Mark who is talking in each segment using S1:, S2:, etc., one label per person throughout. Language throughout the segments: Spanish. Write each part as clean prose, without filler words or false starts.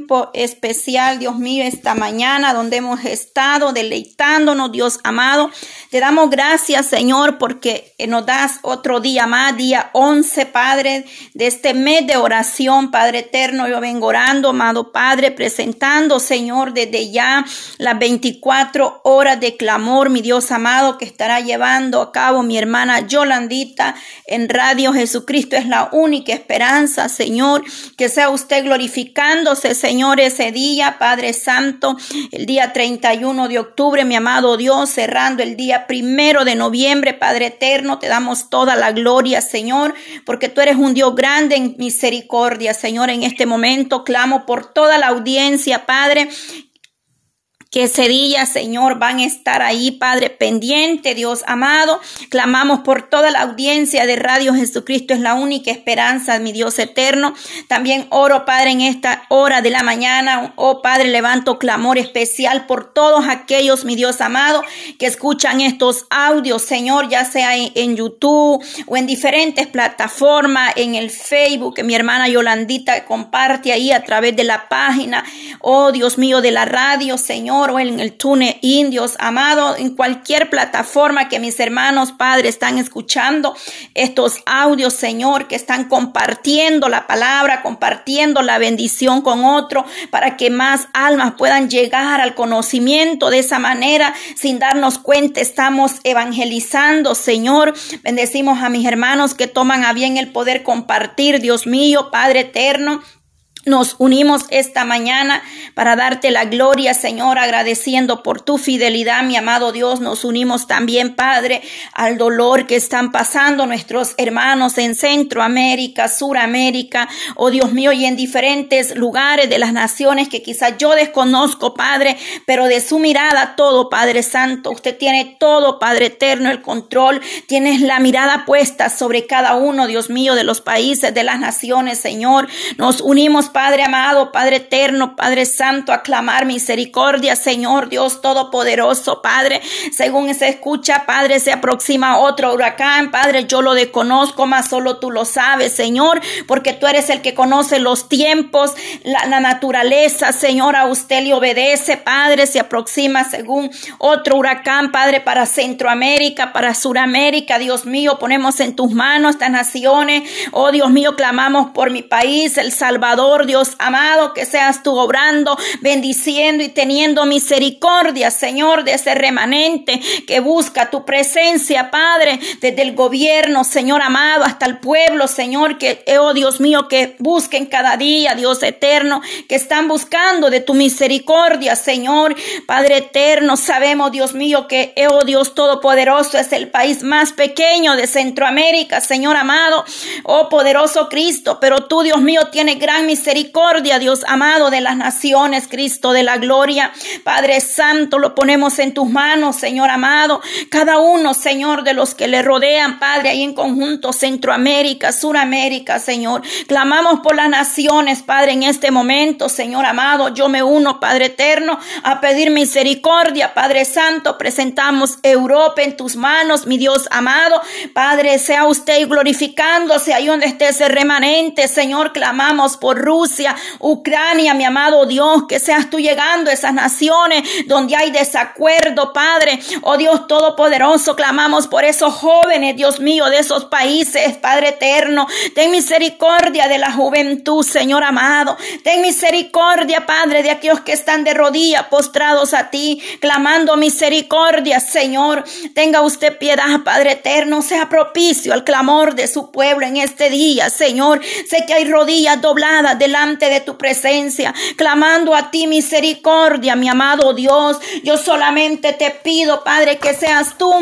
S1: especial, Dios mío, esta mañana donde hemos estado deleitándonos, Dios amado. Te damos gracias, Señor, porque nos das otro día más, día 11, Padre, de este mes de oración, Padre eterno. Yo vengo orando, amado Padre, presentando, Señor, desde ya las 24 horas de clamor, mi Dios amado, que estará llevando a cabo mi hermana Yolandita en Radio Jesucristo es la única esperanza, Señor. Que sea usted glorificándose, Señor, ese día, Padre Santo, el día 31 de octubre, mi amado Dios, cerrando el día 1 de noviembre, Padre eterno, te damos toda la gloria, Señor, porque tú eres un Dios grande en misericordia, Señor. En este momento clamo por toda la audiencia, Padre, que ese día, Señor, van a estar ahí, Padre, pendiente, Dios amado. Clamamos por toda la audiencia de Radio Jesucristo es la única esperanza, mi Dios eterno. También oro, Padre, en esta hora de la mañana. Oh, Padre, levanto clamor especial por todos aquellos, mi Dios amado, que escuchan estos audios, Señor, ya sea en YouTube o en diferentes plataformas, en el Facebook, que mi hermana Yolandita comparte ahí a través de la página, oh Dios mío, de la radio, Señor, o en el TuneIn, Dios amado, en cualquier plataforma que mis hermanos, Padre, están escuchando estos audios, Señor, que están compartiendo la palabra, compartiendo la bendición con otro, para que más almas puedan llegar al conocimiento. De esa manera, sin darnos cuenta, estamos evangelizando, Señor. Bendecimos a mis hermanos que toman a bien el poder compartir, Dios mío, Padre eterno. Nos unimos esta mañana para darte la gloria, Señor, agradeciendo por tu fidelidad, mi amado Dios. Nos unimos también, Padre, al dolor que están pasando nuestros hermanos en Centroamérica, Suramérica, oh Dios mío, y en diferentes lugares de las naciones que quizás yo desconozco, Padre, pero de su mirada todo, Padre Santo. Usted tiene todo, Padre eterno, el control. Tienes la mirada puesta sobre cada uno, Dios mío, de los países, de las naciones, Señor. Nos unimos, Padre amado, Padre eterno, Padre santo, a clamar misericordia, Señor Dios todopoderoso, Padre. Según se escucha, Padre, se aproxima otro huracán, Padre, yo lo desconozco, mas solo tú lo sabes, Señor, porque tú eres el que conoce los tiempos, la naturaleza, Señor. A usted le obedece, Padre. Se aproxima según otro huracán, Padre, para Centroamérica, para Suramérica. Dios mío, ponemos en tus manos estas naciones. Oh Dios mío, clamamos por mi país, El Salvador, Dios amado, que seas tú obrando, bendiciendo y teniendo misericordia, Señor, de ese remanente que busca tu presencia, Padre, desde el gobierno, Señor amado, hasta el pueblo, Señor, que, oh Dios mío, que busquen cada día, Dios eterno, que están buscando de tu misericordia, Señor, Padre eterno. Sabemos, Dios mío, que, oh Dios todopoderoso, es el país más pequeño de Centroamérica, Señor amado, oh poderoso Cristo, pero tú, Dios mío, tienes gran misericordia, Dios amado, de las naciones, Cristo de la gloria. Padre santo, lo ponemos en tus manos, Señor amado. Cada uno, Señor, de los que le rodean, Padre, ahí en conjunto, Centroamérica, Suramérica, Señor. Clamamos por las naciones, Padre, en este momento, Señor amado. Yo me uno, Padre eterno, a pedir misericordia, Padre santo. Presentamos Europa en tus manos, mi Dios amado. Padre, sea usted glorificándose ahí donde esté ese remanente, Señor. Clamamos por Rusia, Ucrania, mi amado Dios, que seas tú llegando a esas naciones donde hay desacuerdo, Padre. Oh Dios todopoderoso, clamamos por esos jóvenes, Dios mío, de esos países, Padre eterno. Ten misericordia de la juventud, Señor amado. Ten misericordia, Padre, de aquellos que están de rodillas postrados a ti, clamando misericordia, Señor. Tenga usted piedad, Padre eterno. Sea propicio al clamor de su pueblo en este día, Señor. Sé que hay rodillas dobladas delante de tu presencia, clamando a ti misericordia, mi amado Dios. Yo solamente te pido, Padre, que seas tú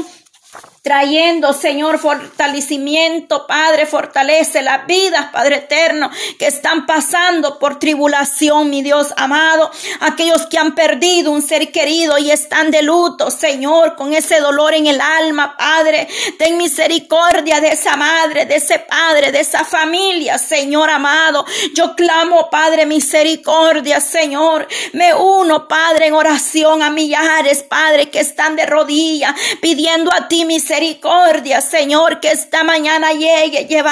S1: trayendo, Señor, fortalecimiento, Padre. Fortalece las vidas, Padre eterno, que están pasando por tribulación, mi Dios amado. Aquellos que han perdido un ser querido y están de luto, Señor, con ese dolor en el alma, Padre. Ten misericordia de esa madre, de ese padre, de esa familia, Señor amado. Yo clamo, Padre, misericordia, Señor. Me uno, Padre, en oración a millares, Padre, que están de rodillas pidiendo a ti misericordia, Señor, que esta mañana llegue llevando paz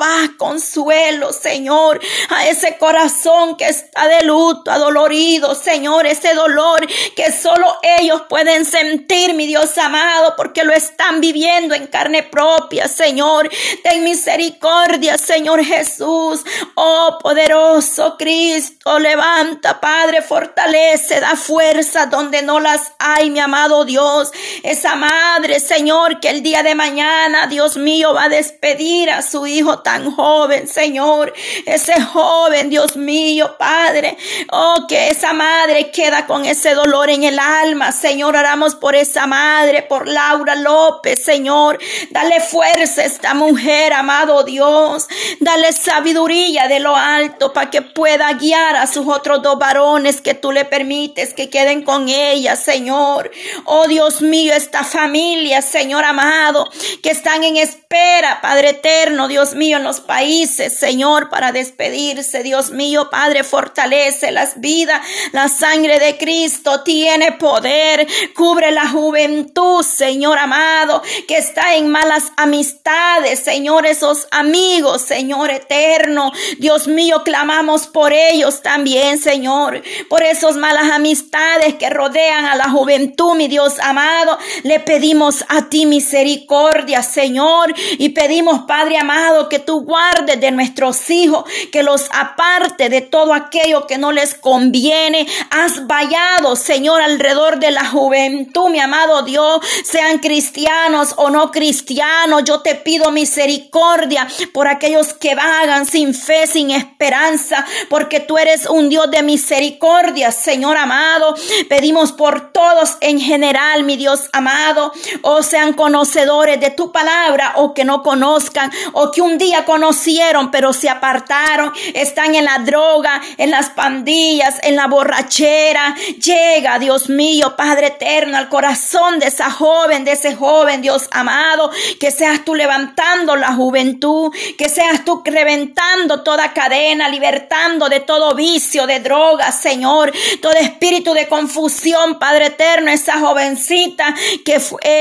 S1: paz, consuelo, Señor, a ese corazón que está de luto, adolorido, Señor, ese dolor que solo ellos pueden sentir, mi Dios amado, porque lo están viviendo en carne propia, Señor. Ten misericordia, Señor Jesús. Oh, poderoso Cristo, levanta, Padre, fortalece, da fuerza donde no las hay, mi amado Dios. Esa madre, Señor, que el día de mañana, Dios mío, va a despedir a su hijo tan joven, Señor. Ese joven, Dios mío, Padre. Oh, que esa madre queda con ese dolor en el alma, Señor. Oramos por esa madre, por Laura López, Señor. Dale fuerza a esta mujer, amado Dios. Dale sabiduría de lo alto para que pueda guiar a sus otros dos varones que tú le permites que queden con ella, Señor. Oh, Dios mío, esta familia, Señor amado, que están en espera, Padre eterno, Dios mío, en los países, Señor, para despedirse, Dios mío, Padre, fortalece las vidas. La sangre de Cristo tiene poder. Cubre la juventud, Señor amado, que está en malas amistades, Señor, esos amigos, Señor eterno. Dios mío, clamamos por ellos también, Señor, por esos malas amistades que rodean a la juventud, mi Dios amado. Le pedimos a ti misericordia, Señor, y pedimos, Padre amado, que tú guardes de nuestros hijos, que los aparte de todo aquello que no les conviene. Has vallado, Señor, alrededor de la juventud, mi amado Dios, sean cristianos o no cristianos. Yo te pido misericordia por aquellos que vagan sin fe, sin esperanza, porque tú eres un Dios de misericordia, Señor amado. Pedimos por todos en general, mi Dios amado, o sean conocedores de tu palabra o que no conozcan, o que un día conocieron pero se apartaron, están en la droga, en las pandillas, en la borrachera. Llega, Dios mío, Padre eterno, al corazón de esa joven, de ese joven, Dios amado, que seas tú levantando la juventud, que seas tú reventando toda cadena, libertando de todo vicio, de drogas, Señor, todo espíritu de confusión, Padre eterno. Esa jovencita que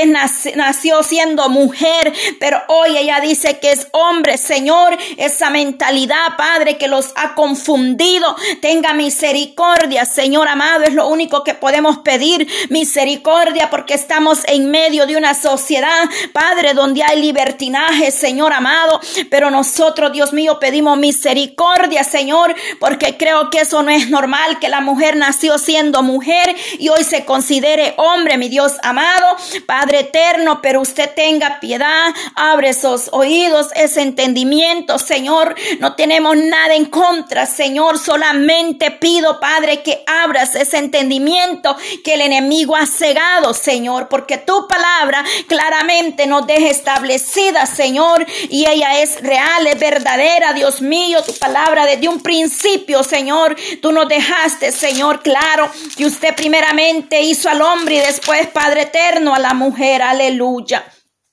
S1: nació siendo mujer, pero hoy ella dice que es hombre, Señor. Esa mentalidad, Padre, que los ha confundido, tenga misericordia, Señor amado. Es lo único que podemos pedir, misericordia, porque estamos en medio de una sociedad, Padre, donde hay libertinaje, Señor amado, pero nosotros, Dios mío, pedimos misericordia, Señor, porque creo que eso no es normal, que la mujer nació siendo mujer y hoy se considere hombre, mi Dios amado, Padre eterno. Pero usted tenga piedad, abre esos oídos, ese entendimiento, Señor. No tenemos nada en contra, Señor, solamente pido, Padre, que abras ese entendimiento que el enemigo ha cegado, Señor, porque tu palabra claramente nos deja establecida, Señor, y ella es real, es verdadera, Dios mío. Tu palabra desde un principio, Señor, tú nos dejaste, Señor, claro, que usted primeramente hizo al hombre y después, Padre eterno, a la mujer. Aleluya.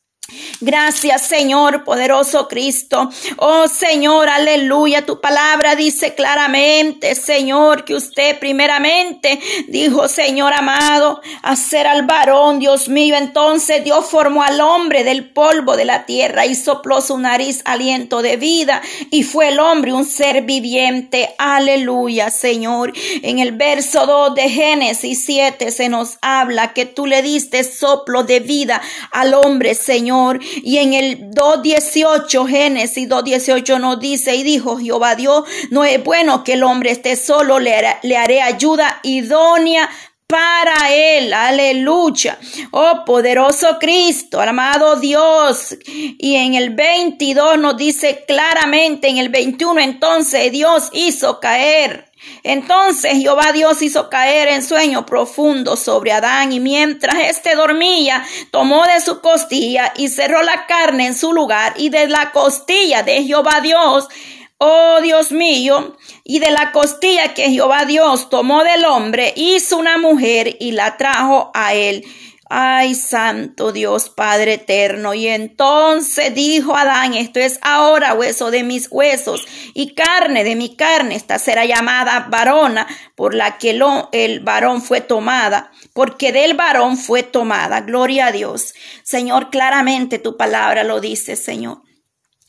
S1: Gracias, Señor, poderoso Cristo. Oh, Señor, aleluya. Tu palabra dice claramente, Señor, que usted primeramente dijo, Señor amado, hacer al varón, Dios mío. Entonces Dios formó al hombre del polvo de la tierra y sopló su nariz aliento de vida y fue el hombre un ser viviente. Aleluya, Señor. En el verso 2 de Génesis 7 se nos habla que tú le diste soplo de vida al hombre, Señor. Y en el 2:18, Génesis 2:18 nos dice, y dijo Jehová Dios, no es bueno que el hombre esté solo, le haré ayuda idónea para él. Aleluya. Oh, poderoso Cristo, amado Dios. Y en el 22 nos dice claramente, en el 21, entonces Dios hizo caer. Entonces Jehová Dios hizo caer en sueño profundo sobre Adán, y mientras éste dormía, tomó de su costilla y cerró la carne en su lugar, y de la costilla de Jehová Dios, oh Dios mío, y de la costilla que Jehová Dios tomó del hombre, hizo una mujer y la trajo a él. Ay, santo Dios, Padre eterno. Y entonces dijo Adán, esto es ahora hueso de mis huesos y carne de mi carne. Esta será llamada varona, por la que el varón fue tomada, porque del varón fue tomada. Gloria a Dios. Señor, claramente tu palabra lo dice, Señor.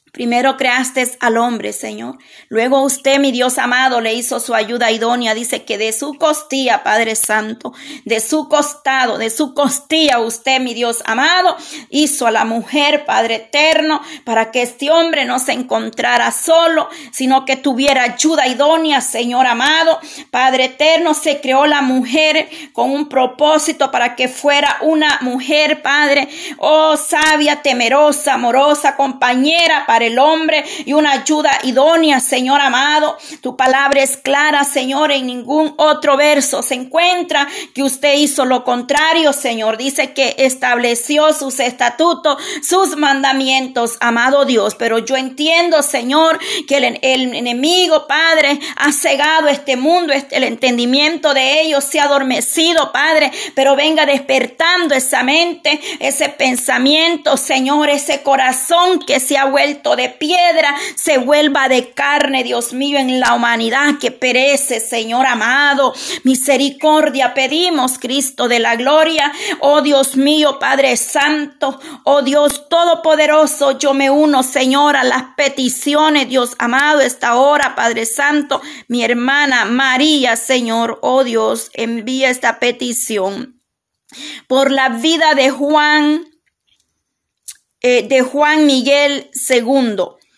S1: Primero creaste al hombre, Señor. Luego usted, mi Dios amado, le hizo su ayuda idónea. Dice que de su costilla, Padre Santo, de su costado, de su costilla, usted, mi Dios amado, hizo a la mujer, Padre eterno, para que este hombre no se encontrara solo, sino que tuviera ayuda idónea, Señor amado. Padre eterno, se creó la mujer con un propósito para que fuera una mujer, Padre, oh sabia, temerosa, amorosa, compañera para el hombre y una ayuda idónea, Señor amado. Tu palabra es clara, Señor, en ningún otro verso se encuentra que usted hizo lo contrario, Señor. Dice que estableció sus estatutos, sus mandamientos, amado Dios. Pero yo entiendo, Señor, que el enemigo, Padre, ha cegado este mundo, el entendimiento de ellos se ha adormecido, Padre, pero venga despertando esa mente, ese pensamiento, Señor, ese corazón que se ha vuelto de piedra, se vuelva de carne, Dios mío, en la humanidad que perece, Señor amado. Misericordia pedimos, Cristo de la gloria. Oh Dios mío, Padre Santo, oh Dios todopoderoso, yo me uno, Señor, a las peticiones, Dios amado, esta hora, Padre Santo, mi hermana María, Señor, oh Dios, envía esta petición por la vida de Juan Miguel II.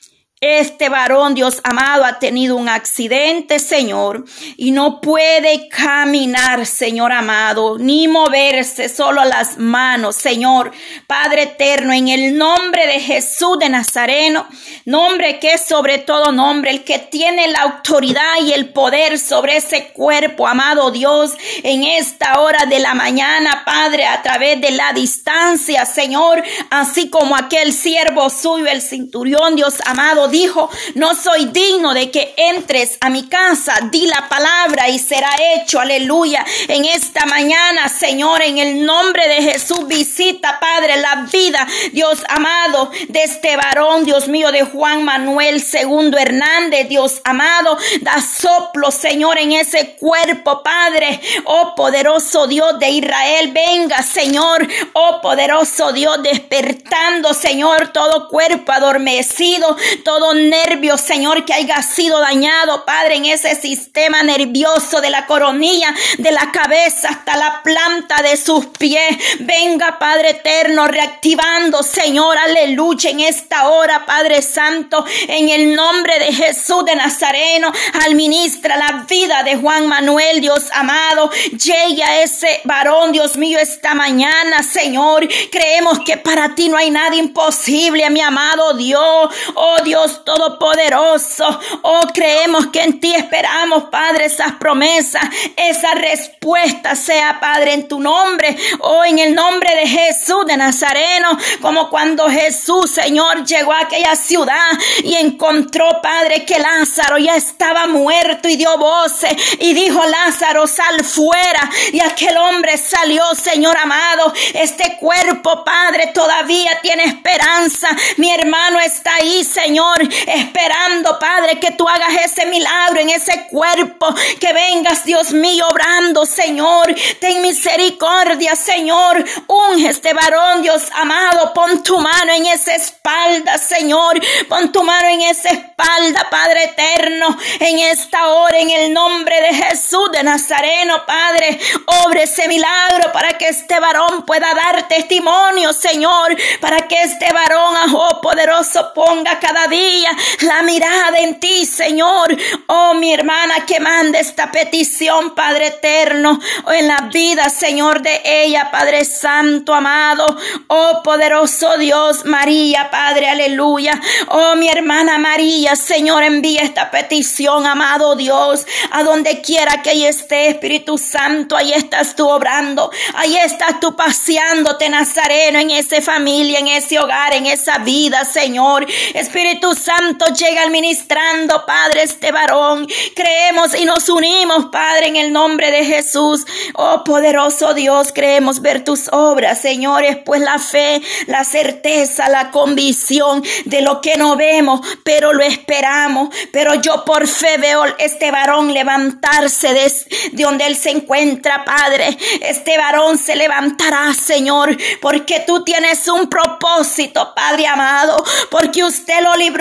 S1: Este varón, Dios amado, ha tenido un accidente, Señor, y no puede caminar, Señor amado, ni moverse, solo las manos, Señor. Padre eterno, en el nombre de Jesús de Nazareno, nombre que es sobre todo nombre, el que tiene la autoridad y el poder sobre ese cuerpo, amado Dios, en esta hora de la mañana, Padre, a través de la distancia, Señor, así como aquel siervo suyo, el centurión, Dios amado, dijo, no soy digno de que entres a mi casa, di la palabra y será hecho, aleluya. En esta mañana, Señor, en el nombre de Jesús, visita, Padre, la vida, Dios amado, de este varón, Dios mío, de Juan Manuel II Hernández, Dios amado, da soplo, Señor, en ese cuerpo, Padre, oh poderoso Dios de Israel, venga, Señor, oh poderoso Dios, despertando, Señor, todo cuerpo adormecido, todo nervio, Señor, que haya sido dañado, Padre, en ese sistema nervioso de la coronilla, de la cabeza hasta la planta de sus pies. Venga, Padre eterno, reactivando, Señor, aleluya, en esta hora, Padre Santo, en el nombre de Jesús de Nazareno, administra la vida de Juan Manuel, Dios amado, llegue a ese varón, Dios mío, esta mañana, Señor. Creemos que para ti no hay nada imposible, mi amado Dios, oh Dios todopoderoso, oh creemos que en ti esperamos, Padre, esas promesas, esa respuesta sea, Padre, en tu nombre, oh en el nombre de Jesús de Nazareno, como cuando Jesús, Señor, llegó a aquella ciudad y encontró, Padre, que Lázaro ya estaba muerto y dio voces y dijo, Lázaro, sal fuera, y aquel hombre salió, Señor amado. Este cuerpo, Padre, todavía tiene esperanza. Mi hermano está ahí, Señor, esperando, Padre, que tú hagas ese milagro en ese cuerpo, que vengas, Dios mío, obrando, Señor. Ten misericordia, Señor. Unge este varón, Dios amado. Pon tu mano en esa espalda, Señor. Pon tu mano en esa espalda, Padre eterno, en esta hora, en el nombre de Jesús de Nazareno, Padre. Obre ese milagro para que este varón pueda dar testimonio, Señor, para que este varón, oh poderoso, ponga cada día la mirada en ti, Señor. Oh, mi hermana que manda esta petición, Padre eterno, oh, en la vida, Señor, de ella, Padre Santo, amado. Oh, poderoso Dios, María, Padre, aleluya. Oh, mi hermana María, Señor, envía esta petición, amado Dios, a donde quiera que ella esté, Espíritu Santo, ahí estás tú obrando, ahí estás tú paseándote, Nazareno, en esa familia, en ese hogar, en esa vida, Señor. Espíritu Santo, llega administrando, Padre, este varón. Creemos y nos unimos, Padre, en el nombre de Jesús. Oh, poderoso Dios, creemos ver tus obras, señores, pues la fe, la certeza, la convicción de lo que no vemos, pero lo esperamos. Pero yo por fe veo este varón levantarse de donde él se encuentra, Padre. Este varón se levantará, Señor, porque tú tienes un propósito, Padre amado, porque usted lo libró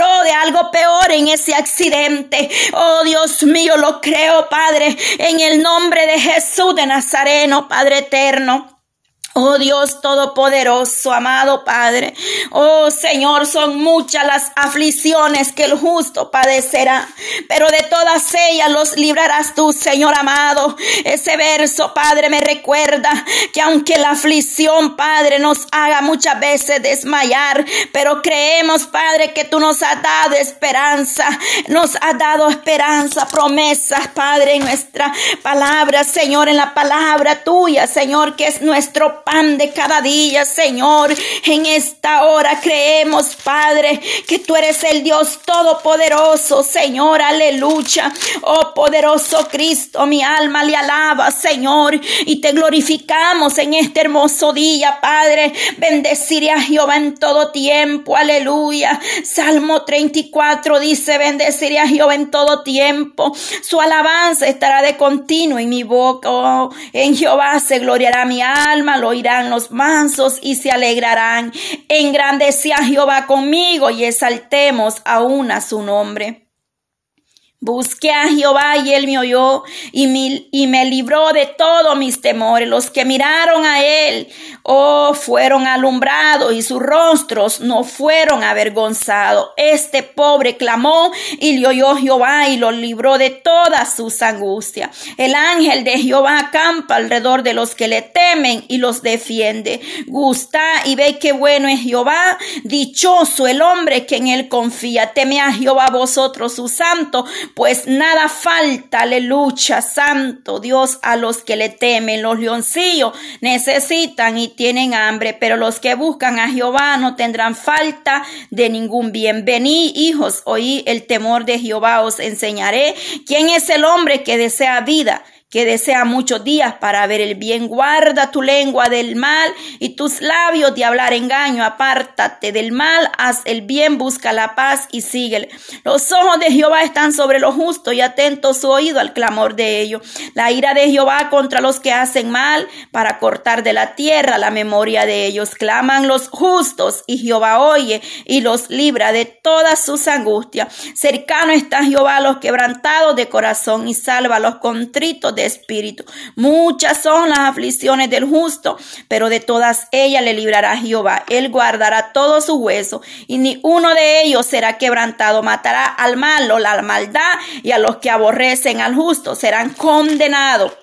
S1: libró de algo peor en ese accidente. Oh Dios mío, lo creo, Padre, en el nombre de Jesús de Nazareno, Padre eterno. Oh Dios todopoderoso, amado Padre. Oh Señor, son muchas las aflicciones que el justo padecerá, pero de todas ellas los librarás tú, Señor amado. Ese verso, Padre, me recuerda que aunque la aflicción, Padre, nos haga muchas veces desmayar, pero creemos, Padre, que tú nos has dado esperanza, promesas, Padre, en nuestra palabra, Señor, en la palabra tuya, Señor, que es nuestro pan de cada día, Señor. En esta hora creemos, Padre, que tú eres el Dios todopoderoso, Señor, aleluya. Oh poderoso Cristo, mi alma le alaba, Señor, y te glorificamos en este hermoso día, Padre. Bendeciré a Jehová en todo tiempo, aleluya. Salmo 34 dice: bendeciré a Jehová en todo tiempo, su alabanza estará de continuo en mi boca. Oh, en Jehová se gloriará mi alma, lo oirán los mansos y se alegrarán. Engrandece a Jehová conmigo y exaltemos aún a su nombre. Busqué a Jehová y él me oyó y me libró de todos mis temores. Los que miraron a él, fueron alumbrados y sus rostros no fueron avergonzados. Este pobre clamó y le oyó Jehová y lo libró de todas sus angustias. El ángel de Jehová acampa alrededor de los que le temen y los defiende. Gusta y ve qué bueno es Jehová. Dichoso el hombre que en él confía. Teme a Jehová vosotros sus santos, pues nada falta, aleluya, santo Dios, a los que le temen. Los leoncillos necesitan y tienen hambre, pero los que buscan a Jehová no tendrán falta de ningún bien. Venid, hijos, oí el temor de Jehová, os enseñaré quién es el hombre que desea vida, que desea muchos días para ver el bien. Guarda tu lengua del mal y tus labios de hablar engaño. Apártate del mal, haz el bien, busca la paz y síguele. Los ojos de Jehová están sobre los justos y atento su oído al clamor de ellos. La ira de Jehová contra los que hacen mal, para cortar de la tierra la memoria de ellos. Claman los justos y Jehová oye y los libra de todas sus angustias. Cercano está Jehová a los quebrantados de corazón y salva a los contritos de espíritu. Muchas son las aflicciones del justo, pero de todas ellas le librará Jehová. Él guardará todos sus huesos y ni uno de ellos será quebrantado. Matará al malo, la maldad, y a los que aborrecen al justo serán condenados.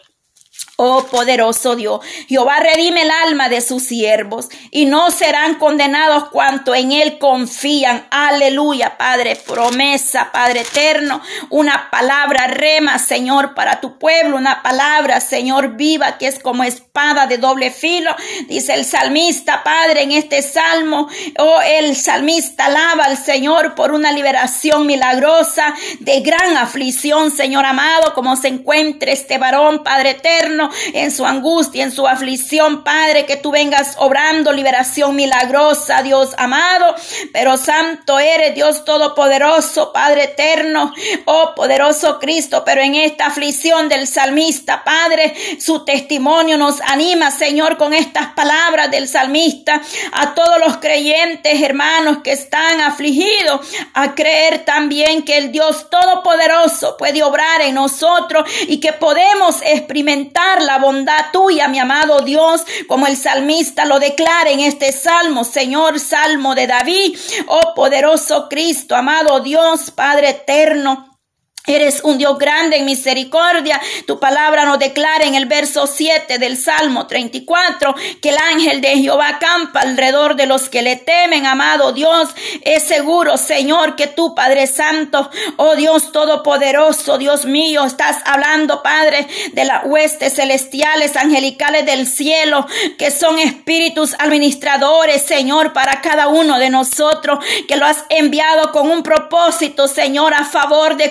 S1: Oh poderoso Dios, Jehová redime el alma de sus siervos y no serán condenados cuanto en él confían. Aleluya, Padre, promesa, Padre eterno, una palabra rema, Señor, para tu pueblo, una palabra, Señor, viva, que es como espada de doble filo. Dice el salmista, Padre, en este salmo, el salmista alaba al Señor por una liberación milagrosa de gran aflicción, Señor amado, como se encuentre este varón, Padre eterno, en su angustia, en su aflicción, Padre, que tú vengas obrando liberación milagrosa, Dios amado. Pero santo eres, Dios todopoderoso, Padre eterno, oh poderoso Cristo. Pero en esta aflicción del salmista, Padre, su testimonio nos anima, Señor, con estas palabras del salmista, a todos los creyentes, hermanos, que están afligidos, a creer también que el Dios todopoderoso puede obrar en nosotros y que podemos experimentar la bondad tuya, mi amado Dios, como el salmista lo declara en este salmo, Señor, salmo de David. Oh poderoso Cristo, amado Dios, Padre eterno, eres un Dios grande en misericordia. Tu palabra nos declara en el verso 7 del Salmo 34 que el ángel de Jehová acampa alrededor de los que le temen, amado Dios. Es seguro, Señor, que tú, Padre Santo, oh Dios todopoderoso, Dios mío, estás hablando, Padre, de las huestes celestiales, angelicales del cielo, que son espíritus administradores, Señor, para cada uno de nosotros, que lo has enviado con un propósito, Señor, a favor de cuidar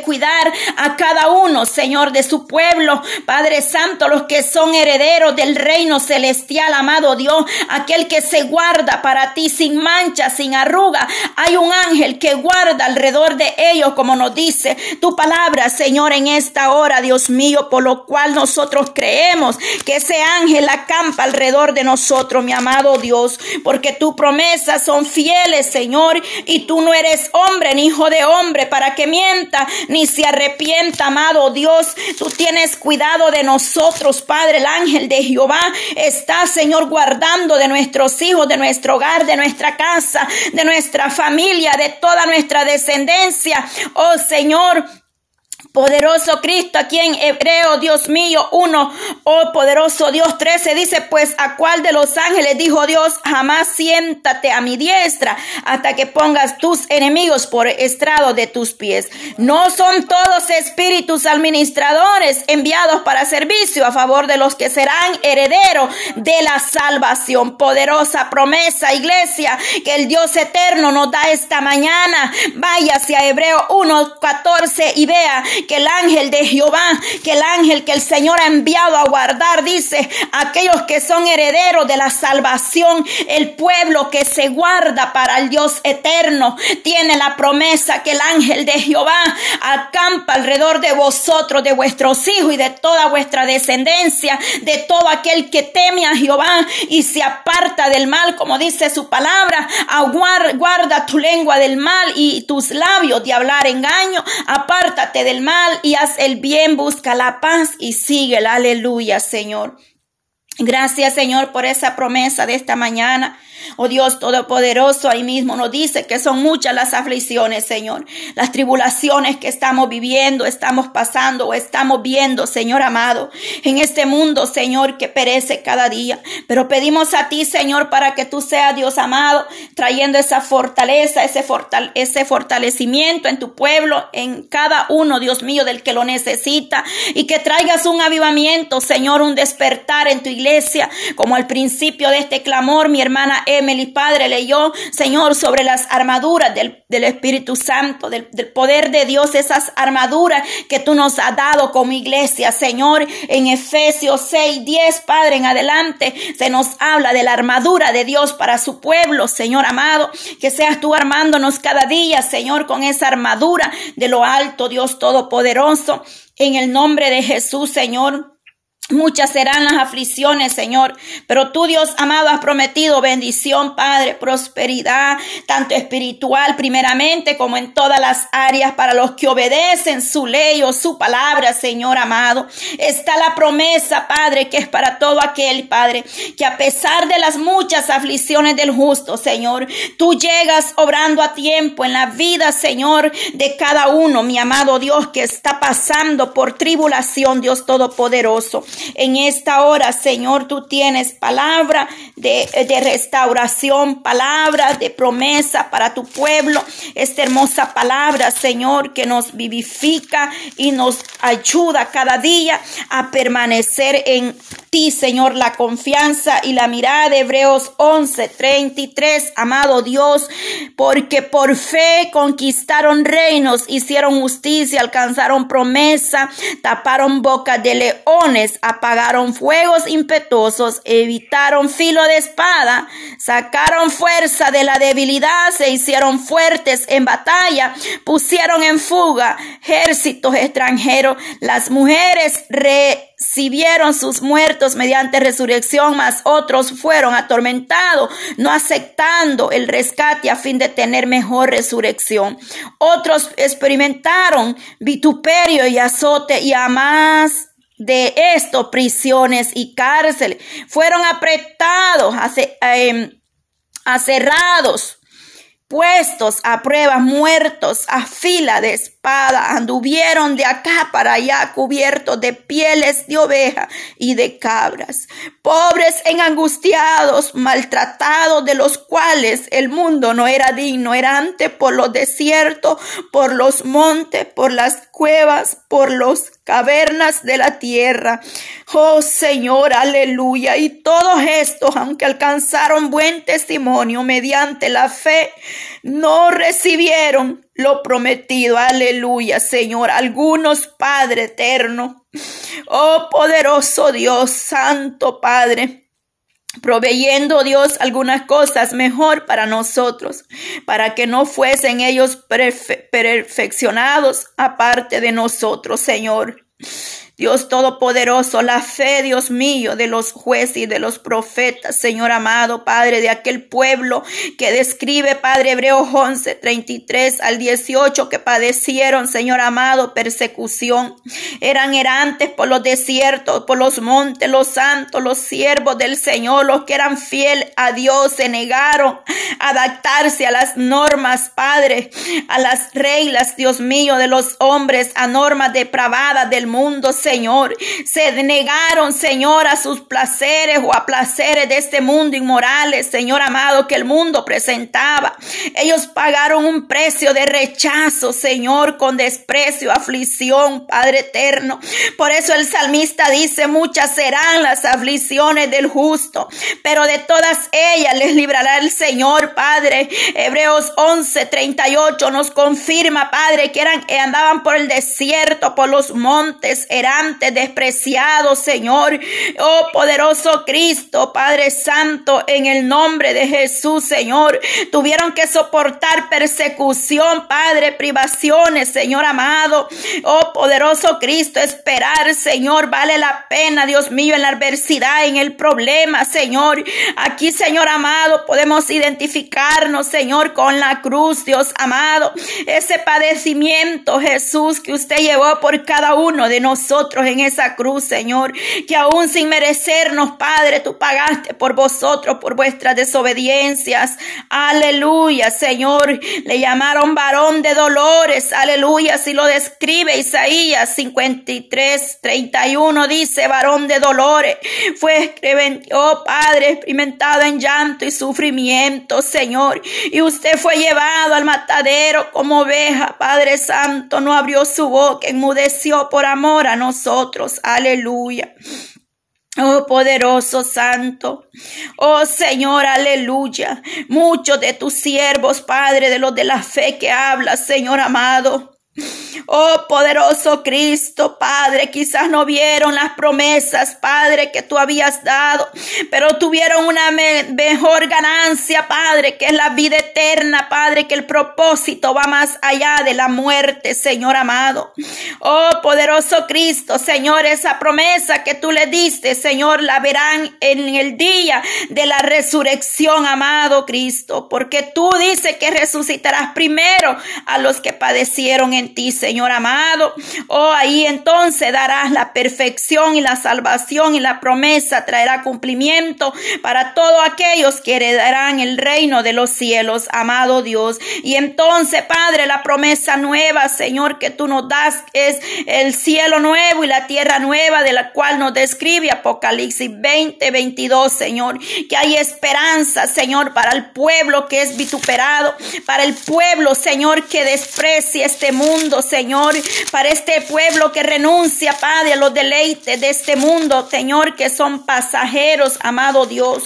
S1: guardar a cada uno, Señor, de su pueblo, Padre Santo, los que son herederos del reino celestial, amado Dios, aquel que se guarda para ti sin mancha, sin arruga. Hay un ángel que guarda alrededor de ellos, como nos dice tu palabra, Señor, en esta hora, Dios mío, por lo cual nosotros creemos que ese ángel acampa alrededor de nosotros, mi amado Dios, porque tus promesas son fieles, Señor, y tú no eres hombre ni hijo de hombre para que mienta ni se arrepienta, amado Dios. Tú tienes cuidado de nosotros, Padre. El ángel de Jehová está, Señor, guardando de nuestros hijos, de nuestro hogar, de nuestra casa, de nuestra familia, de toda nuestra descendencia. Oh Señor, poderoso Cristo, aquí en Hebreo, Dios mío, 1, oh poderoso Dios, 13, dice, pues a cuál de los ángeles dijo Dios, jamás siéntate a mi diestra hasta que pongas tus enemigos por estrado de tus pies. No son todos espíritus administradores enviados para servicio a favor de los que serán herederos de la salvación. Poderosa promesa, iglesia, que el Dios eterno nos da esta mañana. Vaya hacia Hebreo 1:14 y vea que el ángel de Jehová, que el ángel que el Señor ha enviado a guardar, dice, aquellos que son herederos de la salvación, el pueblo que se guarda para el Dios eterno, tiene la promesa que el ángel de Jehová acampa alrededor de vosotros, de vuestros hijos y de toda vuestra descendencia, de todo aquel que teme a Jehová y se aparta del mal, como dice su palabra. Guarda tu lengua del mal y tus labios de hablar engaño. Apártate del mal y haz el bien, busca la paz y síguela. Aleluya, Señor. Gracias, Señor, por esa promesa de esta mañana. Oh Dios Todopoderoso, ahí mismo nos dice que son muchas las aflicciones, Señor, las tribulaciones que estamos viviendo, estamos pasando o estamos viendo, Señor amado, en este mundo, Señor, que perece cada día. Pero pedimos a ti, Señor, para que tú seas, Dios amado, trayendo esa fortaleza, ese fortalecimiento en tu pueblo, en cada uno, Dios mío, del que lo necesita, y que traigas un avivamiento, Señor, un despertar en tu iglesia, como al principio de este clamor, mi hermana Emily, Padre, leyó, Señor, sobre las armaduras del Espíritu Santo, del poder de Dios, esas armaduras que tú nos has dado como iglesia, Señor. En Efesios 6:10, Padre, en adelante, se nos habla de la armadura de Dios para su pueblo, Señor amado, que seas tú armándonos cada día, Señor, con esa armadura de lo alto, Dios Todopoderoso, en el nombre de Jesús, Señor. Muchas serán las aflicciones, Señor, pero tú, Dios amado, has prometido bendición, Padre, prosperidad, tanto espiritual primeramente como en todas las áreas para los que obedecen su ley o su palabra, Señor amado. Está la promesa, Padre, que es para todo aquel, Padre, que a pesar de las muchas aflicciones del justo, Señor, tú llegas obrando a tiempo en la vida, Señor, de cada uno, mi amado Dios, que está pasando por tribulación, Dios Todopoderoso. En esta hora, Señor, tú tienes palabra de restauración, palabra de promesa para tu pueblo. Esta hermosa palabra, Señor, que nos vivifica y nos ayuda cada día a permanecer en ti, Señor, la confianza y la mirada de Hebreos 11:33, amado Dios, porque por fe conquistaron reinos, hicieron justicia, alcanzaron promesa, taparon bocas de leones, apagaron fuegos impetuosos, evitaron filo de espada, sacaron fuerza de la debilidad, se hicieron fuertes en batalla, pusieron en fuga ejércitos extranjeros. Las mujeres recibieron sus muertos mediante resurrección, mas otros fueron atormentados, no aceptando el rescate a fin de tener mejor resurrección. Otros experimentaron vituperio y azote, y a más de esto, prisiones y cárceles. Fueron apretados, aserrados, puestos a prueba, muertos a fila de espada, anduvieron de acá para allá cubiertos de pieles de oveja y de cabras, pobres en angustiados, maltratados, de los cuales el mundo no era digno, errante por los desiertos, por los montes, por las cuevas, por las cavernas de la tierra. Oh Señor, aleluya. Y todos estos, aunque alcanzaron buen testimonio mediante la fe, no recibieron lo prometido. Aleluya, Señor. Algunos, Padre eterno. Oh poderoso Dios, santo Padre, proveyendo Dios algunas cosas mejor para nosotros, para que no fuesen ellos perfeccionados aparte de nosotros, Señor. Dios Todopoderoso, la fe, Dios mío, de los jueces y de los profetas, Señor amado, Padre, de aquel pueblo que describe, Padre, Hebreos 11, 33 al 18, que padecieron, Señor amado, persecución. Eran errantes por los desiertos, por los montes, los santos, los siervos del Señor, los que eran fieles a Dios, se negaron a adaptarse a las normas, Padre, a las reglas, Dios mío, de los hombres, a normas depravadas del mundo, Señor. Se negaron, Señor, a sus placeres o a placeres de este mundo inmorales, Señor amado, que el mundo presentaba. Ellos pagaron un precio de rechazo, Señor, con desprecio, aflicción, Padre eterno. Por eso el salmista dice: muchas serán las aflicciones del justo, pero de todas ellas les librará el Señor, Padre. Hebreos 11, 38 nos confirma, Padre, que andaban por el desierto, por los montes, despreciados, Señor. Oh poderoso Cristo, Padre Santo, en el nombre de Jesús, Señor, tuvieron que soportar persecución, Padre, privaciones, Señor amado. Oh poderoso Cristo, esperar, Señor, vale la pena, Dios mío, en la adversidad, en el problema, Señor. Aquí, Señor amado, podemos identificarnos, Señor, con la cruz, Dios amado, ese padecimiento, Jesús, que usted llevó por cada uno de nosotros en esa cruz, Señor, que aún sin merecernos, Padre, tú pagaste por vosotros, por vuestras desobediencias. Aleluya, Señor. Le llamaron varón de dolores. Aleluya. Si lo describe Isaías 53, 31, dice: varón de dolores. Fue, oh Padre, experimentado en llanto y sufrimiento, Señor. Y usted fue llevado al matadero como oveja, Padre Santo. No abrió su boca, enmudeció por amor a nosotros. Aleluya. Oh poderoso santo, oh Señor, aleluya. Muchos de tus siervos, Padre, de los de la fe que hablas, Señor amado, oh poderoso Cristo, Padre, quizás no vieron las promesas, Padre, que tú habías dado, pero tuvieron una mejor ganancia, Padre, que es la vida eterna, Padre, que el propósito va más allá de la muerte, Señor amado. Oh poderoso Cristo, Señor, esa promesa que tú le diste, Señor, la verán en el día de la resurrección, amado Cristo, porque tú dices que resucitarás primero a los que padecieron en ti, Señor amado. Oh, ahí entonces darás la perfección y la salvación, y la promesa traerá cumplimiento para todos aquellos que heredarán el reino de los cielos, amado Dios. Y entonces, Padre, la promesa nueva, Señor, que tú nos das es el cielo nuevo y la tierra nueva, de la cual nos describe Apocalipsis 20, 22, Señor, que hay esperanza, Señor, para el pueblo que es vituperado, para el pueblo, Señor, que desprecia este mundo, Señor, para este pueblo que renuncia, Padre, a los deleites de este mundo, Señor, que son pasajeros, amado Dios.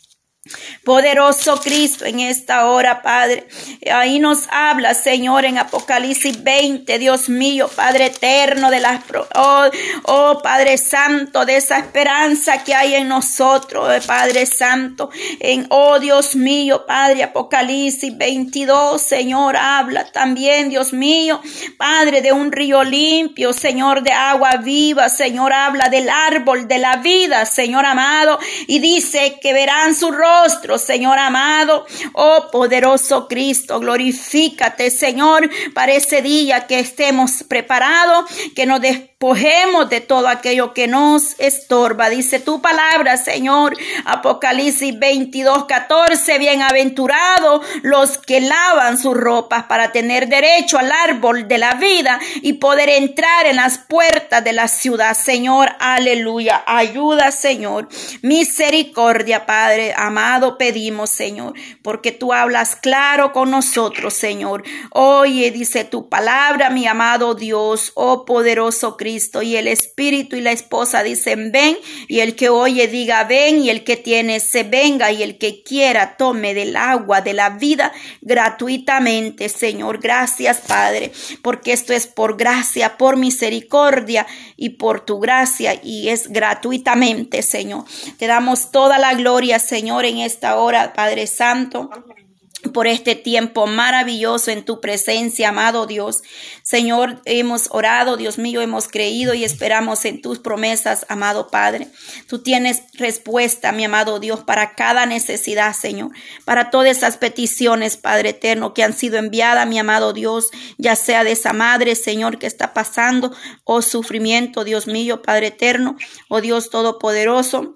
S1: Poderoso Cristo, en esta hora, Padre, ahí nos habla, Señor, en Apocalipsis 20, Dios mío, Padre eterno, de las oh Padre Santo, de esa esperanza que hay en nosotros, Padre Santo, oh Dios mío, Padre, Apocalipsis 22, Señor, habla también, Dios mío, Padre, de un río limpio, Señor, de agua viva, Señor, habla del árbol de la vida, Señor amado, y dice que verán su rostro, Señor amado. Oh poderoso Cristo, glorifícate, Señor, para ese día que estemos preparados, que nos despojemos de todo aquello que nos estorba. Dice tu palabra, Señor, Apocalipsis 22, 14, bienaventurados los que lavan sus ropas para tener derecho al árbol de la vida y poder entrar en las puertas de la ciudad. Señor, aleluya, ayuda, Señor, misericordia, Padre amado, pedimos, Señor, porque tú hablas claro con nosotros, Señor. Oye, dice tu palabra, mi amado Dios, oh poderoso Cristo, y el Espíritu y la esposa dicen ven, y el que oye diga ven, y el que tiene se venga, y el que quiera tome del agua de la vida gratuitamente, Señor. Gracias, Padre, porque esto es por gracia, por misericordia y por tu gracia, y es gratuitamente, Señor. Te damos toda la gloria, Señor, en esta hora, Padre Santo, por este tiempo maravilloso en tu presencia, amado Dios. Señor, hemos orado, Dios mío, hemos creído y esperamos en tus promesas, amado Padre. Tú tienes respuesta, mi amado Dios, para cada necesidad, Señor, para todas esas peticiones, Padre eterno, que han sido enviadas, mi amado Dios, ya sea de esa madre, Señor, que está pasando, oh sufrimiento, Dios mío, Padre eterno, oh Dios todopoderoso.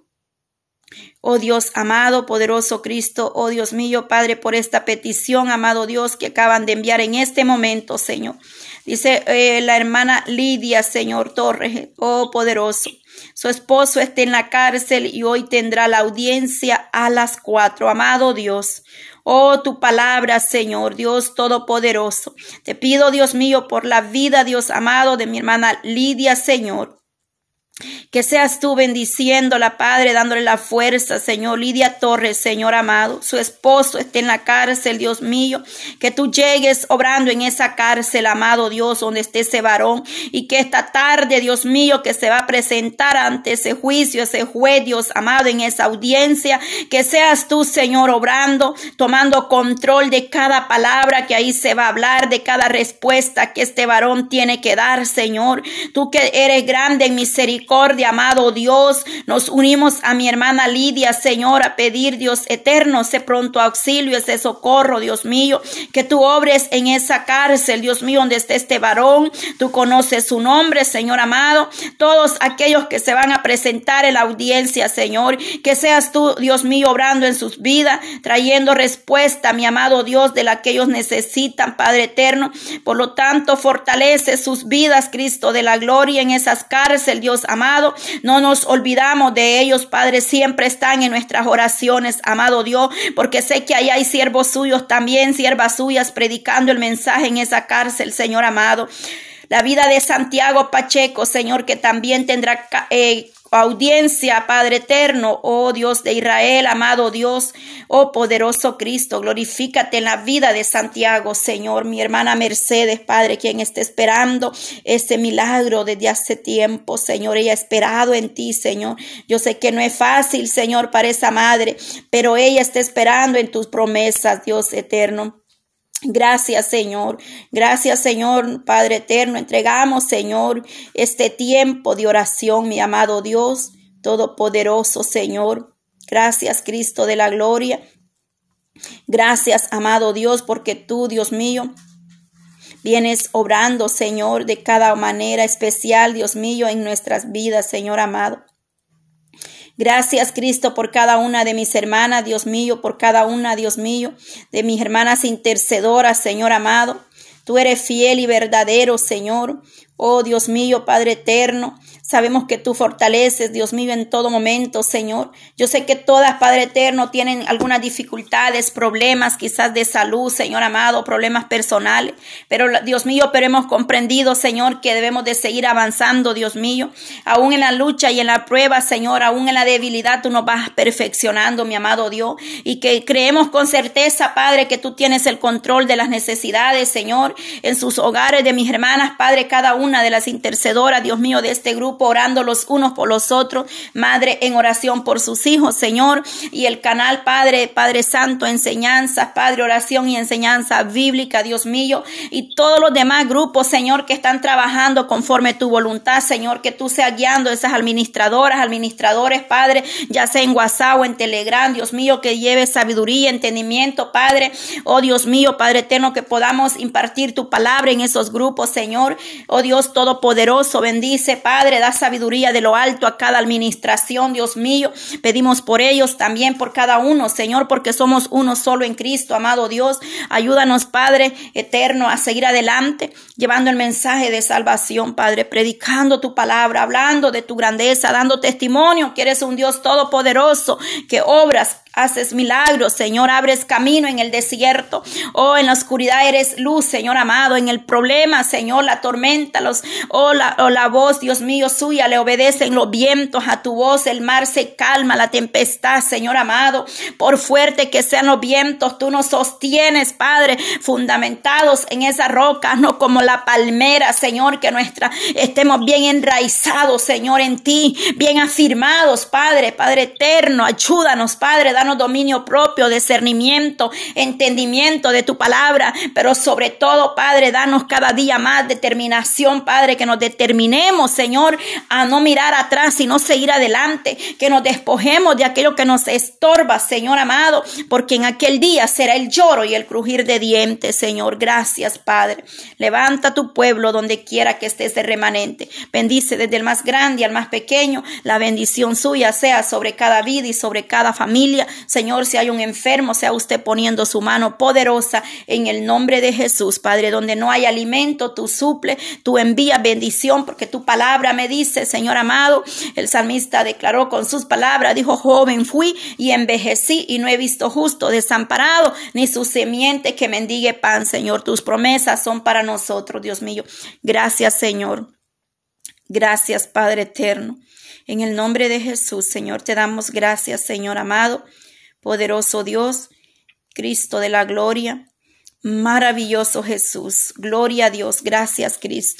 S1: Oh Dios amado, poderoso Cristo, oh Dios mío, Padre, por esta petición, amado Dios, que acaban de enviar en este momento, Señor. Dice la hermana Lidia, Señor Torres, oh poderoso. Su esposo está en la cárcel y hoy tendrá la audiencia a las 4. Amado Dios, oh tu palabra, Señor, Dios todopoderoso. Te pido, Dios mío, por la vida, Dios amado, de mi hermana Lidia, Señor. Que seas tú bendiciéndola, Padre, dándole la fuerza, Señor. Lidia Torres, Señor amado, su esposo está en la cárcel, Dios mío. Que tú llegues obrando en esa cárcel, amado Dios, donde esté ese varón. Y que esta tarde, Dios mío, que se va a presentar ante ese juicio, ese juez, Dios amado, en esa audiencia. Que seas tú, Señor, obrando, tomando control de cada palabra que ahí se va a hablar, de cada respuesta que este varón tiene que dar, Señor. Tú que eres grande en misericordia, amado Dios, nos unimos a mi hermana Lidia, Señor, a pedir, Dios eterno, ese pronto auxilio, ese socorro, Dios mío, que tú obres en esa cárcel, Dios mío, donde esté este varón. Tú conoces su nombre, Señor amado, todos aquellos que se van a presentar en la audiencia, Señor, que seas tú, Dios mío, obrando en sus vidas, trayendo respuesta, mi amado Dios, de la que ellos necesitan, Padre eterno. Por lo tanto, fortalece sus vidas, Cristo de la gloria, en esas cárceles, Dios amado. No nos olvidamos de ellos, Padre, siempre están en nuestras oraciones, amado Dios, porque sé que allá hay siervos suyos también, siervas suyas, predicando el mensaje en esa cárcel, Señor amado. La vida de Santiago Pacheco, Señor, que también tendrá audiencia, Padre eterno, oh Dios de Israel, amado Dios, oh poderoso Cristo, glorifícate en la vida de Santiago, Señor. Mi hermana Mercedes, Padre, quien está esperando ese milagro desde hace tiempo, Señor, ella ha esperado en ti, Señor. Yo sé que no es fácil, Señor, para esa madre, pero ella está esperando en tus promesas, Dios eterno. Gracias, Señor. Gracias, Señor, Padre eterno. Entregamos, Señor, este tiempo de oración, mi amado Dios todopoderoso, Señor. Gracias, Cristo de la gloria. Gracias, amado Dios, porque tú, Dios mío, vienes obrando, Señor, de cada manera especial, Dios mío, en nuestras vidas, Señor amado. Gracias, Cristo, por cada una de mis hermanas, Dios mío, por cada una, Dios mío, de mis hermanas intercedoras, Señor amado. Tú eres fiel y verdadero, Señor. Oh, Dios mío, Padre eterno, sabemos que tú fortaleces, Dios mío, en todo momento, Señor. Yo sé que todas, Padre eterno, tienen algunas dificultades, problemas, quizás de salud, Señor amado, problemas personales. Pero, Dios mío, pero hemos comprendido, Señor, que debemos de seguir avanzando, Dios mío. Aún en la lucha y en la prueba, Señor, aún en la debilidad, tú nos vas perfeccionando, mi amado Dios. Y que creemos con certeza, Padre, que tú tienes el control de las necesidades, Señor, en sus hogares de mis hermanas, Padre, cada una de las intercedoras, Dios mío, de este grupo, orando los unos por los otros, Madre, en oración por sus hijos, Señor, y el canal, Padre Santo, enseñanzas, Padre, oración y enseñanza bíblica, Dios mío, y todos los demás grupos, Señor, que están trabajando conforme tu voluntad, Señor, que tú seas guiando a esas administradoras, administradores, Padre, ya sea en WhatsApp o en Telegram, Dios mío, que lleve sabiduría, entendimiento, Padre, oh Dios mío, Padre eterno, que podamos impartir tu palabra en esos grupos, Señor, oh Dios todopoderoso, bendice, Padre, da sabiduría de lo alto a cada administración, Dios mío. Pedimos por ellos, también por cada uno, Señor, porque somos uno solo en Cristo, amado Dios. Ayúdanos, Padre eterno, a seguir adelante, llevando el mensaje de salvación, Padre, predicando tu palabra, hablando de tu grandeza, dando testimonio que eres un Dios todopoderoso, que obras Haces milagros, Señor, abres camino en el desierto. Oh, en la oscuridad eres luz, Señor amado. En el problema, Señor, la tormenta, la voz, Dios mío, suya, le obedecen los vientos a tu voz. El mar se calma, la tempestad, Señor amado. Por fuerte que sean los vientos, tú nos sostienes, Padre, fundamentados en esa roca, no como la palmera, Señor, que estemos bien enraizados, Señor, en ti, bien afirmados, Padre eterno. Ayúdanos, Padre, danos dominio propio, discernimiento, entendimiento de tu palabra, pero sobre todo, Padre, danos cada día más determinación, Padre, que nos determinemos, Señor, a no mirar atrás, sino seguir adelante, que nos despojemos de aquello que nos estorba, Señor amado, porque en aquel día será el lloro y el crujir de dientes, Señor. Gracias, Padre. Levanta tu pueblo donde quiera que estés de remanente. Bendice desde el más grande al más pequeño. La bendición suya sea sobre cada vida y sobre cada familia. Señor, si hay un enfermo, sea usted poniendo su mano poderosa en el nombre de Jesús, Padre. Donde no hay alimento, tú suple, tú envías bendición, porque tu palabra me dice, Señor amado, el salmista declaró con sus palabras, dijo: joven fui y envejecí y no he visto justo desamparado, ni su semiente que mendigue pan. Señor, tus promesas son para nosotros, Dios mío. Gracias, Señor. Gracias, Padre eterno. En el nombre de Jesús, Señor, te damos gracias, Señor amado, poderoso Dios, Cristo de la gloria, maravilloso Jesús. Gloria a Dios. Gracias, Cristo.